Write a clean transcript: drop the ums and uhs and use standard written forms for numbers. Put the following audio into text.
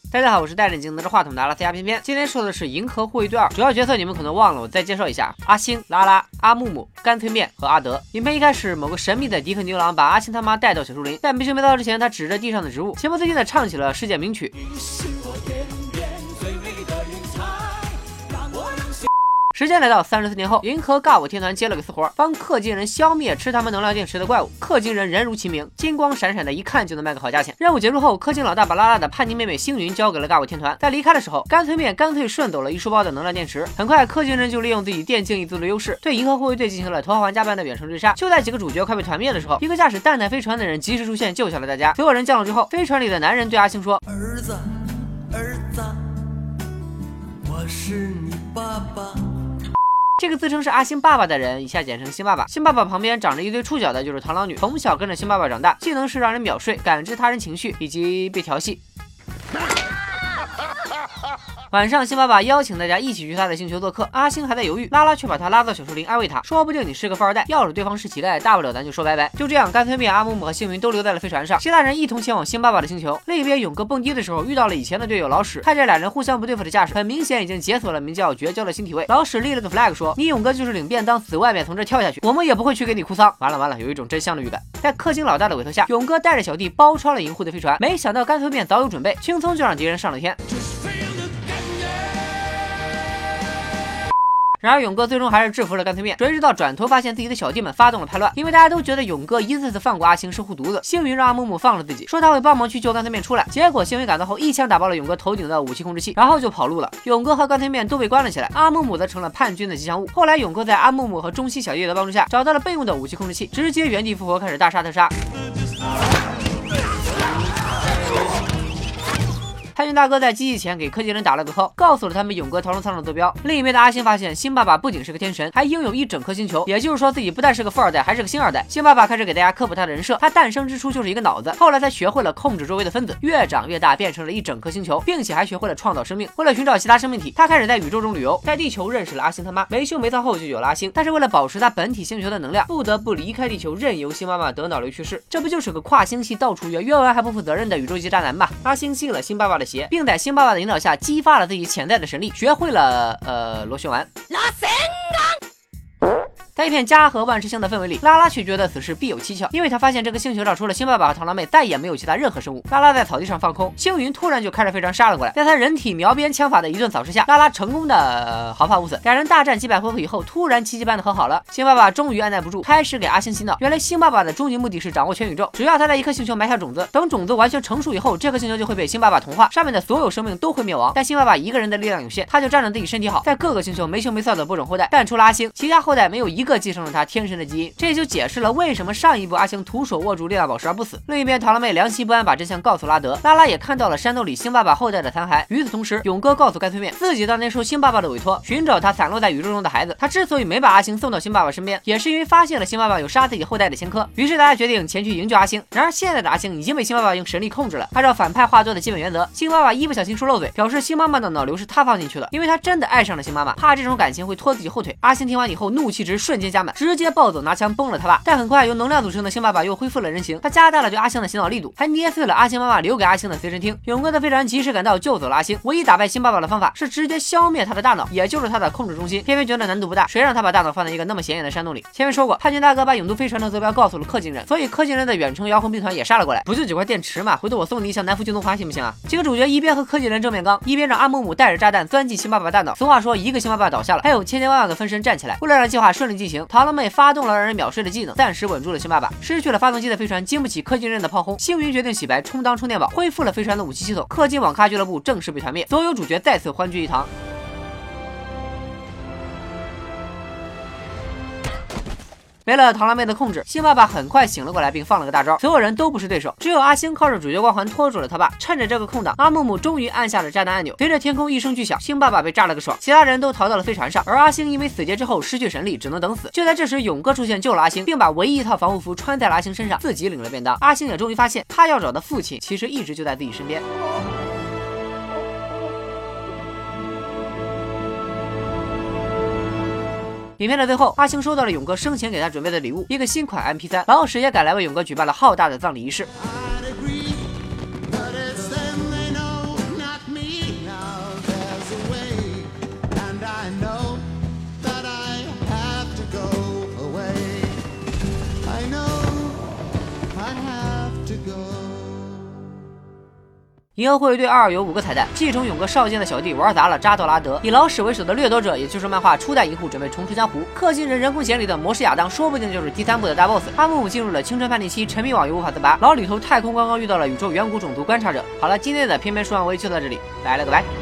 大家好，我是戴着眼镜拿着话筒的阿拉斯加偏偏。今天说的是《银河护卫队2》，主要角色你们可能忘了，我再介绍一下：阿星、拉拉、阿木木、干脆面和阿德。影片一开始，某个神秘的迪克牛郎把阿星他妈带到小树林，在没羞没臊之前，他指着地上的植物，情不自禁地唱起了世界名曲。时间来到34年后，银河尬舞天团接了个私活，帮氪金人消灭吃他们能量电池的怪物。氪金人人如其名，金光闪闪的，一看就能卖个好价钱。任务结束后，氪金老大把拉拉的叛逆妹妹星云交给了尬舞天团。在离开的时候，干脆面干脆顺走了一书包的能量电池。很快，氪金人就利用自己电竞一族的优势，对银河护卫队进行了头号玩家般的远程追杀。就在几个主角快被团灭的时候，一个驾驶蛋蛋飞船的人及时出现，救下了大家。所有人降落之后，飞船里的男人对阿星说：“ 儿子，儿子，我是你爸爸。” 这个自称是阿星爸爸的人，以下简称星爸爸。星爸爸旁边长着一堆触角的，就是螳螂女，从小跟着星爸爸长大，技能是让人秒睡、感知他人情绪以及被调戏。晚上，星爸爸邀请大家一起去他的星球做客。阿星还在犹豫，拉拉却把他拉到小树林，安慰他，说不定你是个富二代，要是对方是乞丐，大不了咱就说拜拜。就这样，干脆面、阿木木和星云都留在了飞船上，其他人一同前往星爸爸的星球。另一边，勇哥蹦迪的时候遇到了以前的队友老史，看这俩人互相不对付的架势，很明显已经解锁了名叫绝交的新体位。老史立了个 flag 说：“你勇哥就是领便当死外面，从这跳下去，我们也不会去给你哭丧。”完了，有一种真香的预感。在氪金老大的委托下，勇哥带着小弟包抄了银护的飞船，没想到干脆面早有准备，轻松就让敌人上了天。然而勇哥最终还是制服了干脆面，谁知道转头发现自己的小弟们发动了叛乱，因为大家都觉得勇哥一次次放过阿星是护犊子。星云让阿木木放了自己，说他会帮忙去救干脆面出来。结果星云赶到后一枪打爆了勇哥头顶的武器控制器，然后就跑路了。勇哥和干脆面都被关了起来，阿木木则成了叛军的吉祥物。后来勇哥在阿木木和中西小弟的帮助下找到了备用的武器控制器，直接原地复活，开始大杀特杀。叛军大哥在机器前给科技人打了个 call， 告诉了他们勇哥逃生舱的坐标。另一边的阿星发现星爸爸不仅是个天神，还拥有一整颗星球，也就是说自己不但是个富二代，还是个星二代。星爸爸开始给大家科普他的人设，他诞生之初就是一个脑子，后来才学会了控制周围的分子，越长越大，变成了一整颗星球，并且还学会了创造生命。为了寻找其他生命体，他开始在宇宙中旅游，在地球认识了阿星他妈，没羞没臊后就有了阿星。但是为了保持他本体星球的能量，不得不离开地球，任由星妈妈得脑瘤去世。这不就是个跨星系到处约完还不负责任的宇宙级渣男吗？阿星信了星爸爸的邪，并在星爸爸的引导下激发了自己潜在的神力，学会了螺旋丸。在一片家和万事兴的氛围里，拉拉却觉得此事必有蹊跷，因为他发现这个星球上除了星爸爸和螳螂妹，再也没有其他任何生物。拉拉在草地上放空，星云突然就开着飞船杀了过来，在他人体描边枪法的一顿扫射下，拉拉成功的毫发无损。两人大战几百回合以后，突然奇迹般的和好了。星爸爸终于按耐不住，开始给阿星洗脑。原来星爸爸的终极目的是掌握全宇宙，只要他在一颗星球埋下种子，等种子完全成熟以后，这颗星球就会被星爸爸同化，上面的所有生命都会灭亡。但星爸爸一个人的力量有限，他就仗着自己身体好，在各个星球没羞没臊的播种后代，但除了阿星，其他后代没有一个继承了他天神的基因，这就解释了为什么上一部阿星徒手握住力量宝石而不死。另一边，螳螂妹良心不安，把真相告诉拉德。拉拉也看到了山洞里星爸爸后代的残骸。与此同时，勇哥告诉干脆面，自己当年受星爸爸的委托，寻找他散落在宇宙中的孩子。他之所以没把阿星送到星爸爸身边，也是因为发现了星爸爸有杀自己后代的前科。于是大家决定前去营救阿星。然而现在的阿星已经被星爸爸用神力控制了。按照反派画作的基本原则，星爸爸一不小心说漏嘴，表示星妈妈的脑瘤是他放进去的，因为他真的爱上了星妈妈，怕这种感情会拖自己后腿。阿星听完以后，怒气值瞬间加满，直接暴走拿枪崩了他爸。但很快由能量组成的星爸爸又恢复了人形，他加大了对阿星的洗脑力度，还捏碎了阿星妈妈留给阿星的随身听。勇哥的飞船及时赶到救走了阿星，唯一打败星爸爸的方法是直接消灭他的大脑，也就是他的控制中心。偏偏觉得难度不大，谁让他把大脑放在一个那么显眼的山洞里。前面说过，叛军大哥把勇度飞船的坐标告诉了氪金人，所以氪金人的远程遥控兵团也杀了过来。不就几块电池嘛，回头我送你一箱南孚京东华行不行啊？几个主角一边和氪金人正面刚，一边让阿木木带着炸弹钻进星爸爸大脑。俗话说一个星爸爸倒下了，还有千千万万个分身站起来。为了让计划顺利进行，螳螂妹发动了让人秒睡的技能，暂时稳住了星爸爸。失去了发动机的飞船经不起氪金人的炮轰，星云决定洗白，充当充电宝，恢复了飞船的武器系统。氪金网咖俱乐部正式被团灭，所有主角再次欢聚一堂。没了螳螂妹的控制，星爸爸很快醒了过来，并放了个大招，所有人都不是对手，只有阿星靠着主角光环拖住了他爸。趁着这个空档，阿木木终于按下了炸弹按钮，随着天空一声巨响，星爸爸被炸了个爽，其他人都逃到了飞船上，而阿星因为死劫之后失去神力，只能等死。就在这时，勇哥出现救了阿星，并把唯一一套防护服穿在了阿星身上，自己领了便当。阿星也终于发现，他要找的父亲其实一直就在自己身边。影片的最后，阿星收到了勇哥生前给他准备的礼物，一个新款 MP3。老史也赶来为勇哥举办了浩大的葬礼仪式。 银河护卫队2有5个彩蛋，继承勇哥少剑的小弟玩砸了扎德拉德，以老史为首的掠夺者，也就是漫画初代银护准备重出江湖。氪金人工贤里的魔师亚当，说不定就是第3部的大 boss。阿木姆进入了青春叛逆期，沉迷网游无法自拔。老李头太空刚刚遇到了宇宙远古种族观察者。好了，今天的偏偏说完微就到这里，拜了个拜。